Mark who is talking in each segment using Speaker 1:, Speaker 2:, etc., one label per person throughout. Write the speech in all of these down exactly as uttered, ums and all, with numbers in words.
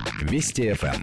Speaker 1: Вести эф эм.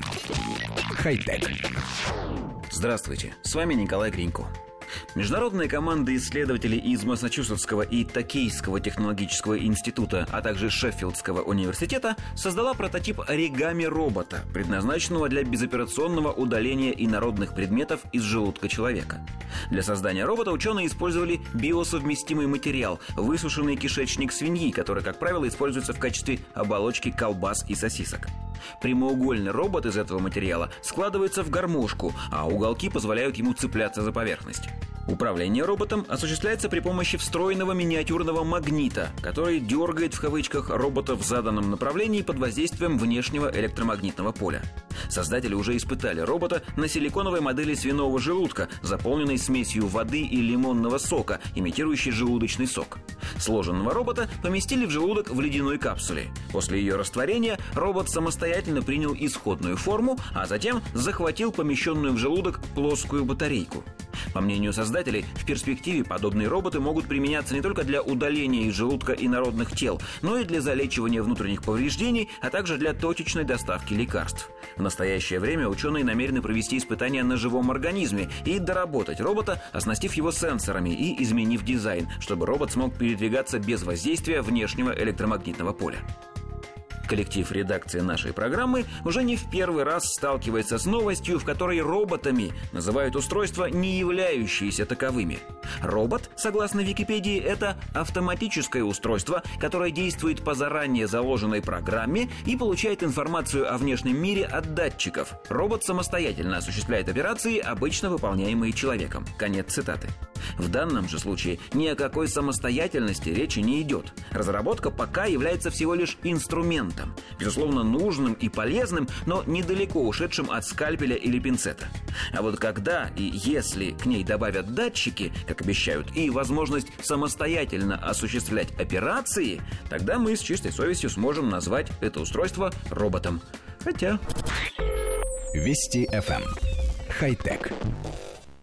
Speaker 1: Хай-тек.
Speaker 2: Здравствуйте, с вами Николай Гринько. Международная команда исследователей из Массачусетского и Токийского технологического института, а также Шеффилдского университета создала прототип оригами-робота, предназначенного для безоперационного удаления инородных предметов из желудка человека. Для создания робота ученые использовали биосовместимый материал – высушенный кишечник свиньи, который, как правило, используется в качестве оболочки колбас и сосисок. Прямоугольный робот из этого материала складывается в гармошку, а уголки позволяют ему цепляться за поверхность. Управление роботом осуществляется при помощи встроенного миниатюрного магнита, который дергает в кавычках робота в заданном направлении под воздействием внешнего электромагнитного поля. Создатели уже испытали робота на силиконовой модели свиного желудка, заполненной смесью воды и лимонного сока, имитирующей желудочный сок. Сложенного робота поместили в желудок в ледяной капсуле. После ее растворения робот самостоятельно принял исходную форму, а затем захватил помещенную в желудок плоскую батарейку. По мнению создателей, в перспективе подобные роботы могут применяться не только для удаления из желудка инородных тел, но и для залечивания внутренних повреждений, а также для точечной доставки лекарств. В настоящее время ученые намерены провести испытания на живом организме и доработать робота, оснастив его сенсорами и изменив дизайн, чтобы робот смог передвигаться без воздействия внешнего электромагнитного поля. Коллектив редакции нашей программы уже не в первый раз сталкивается с новостью, в которой роботами называют устройства, не являющиеся таковыми. Робот, согласно Википедии, это автоматическое устройство, которое действует по заранее заложенной программе и получает информацию о внешнем мире от датчиков. Робот самостоятельно осуществляет операции, обычно выполняемые человеком. Конец цитаты. В данном же случае ни о какой самостоятельности речи не идет. Разработка пока является всего лишь инструментом, безусловно нужным и полезным, но недалеко ушедшим от скальпеля или пинцета. А вот когда и если к ней добавят датчики, как обещают, и возможность самостоятельно осуществлять операции, тогда мы с чистой совестью сможем назвать это устройство роботом. Хотя...
Speaker 1: Вести эф эм. Хай-тек.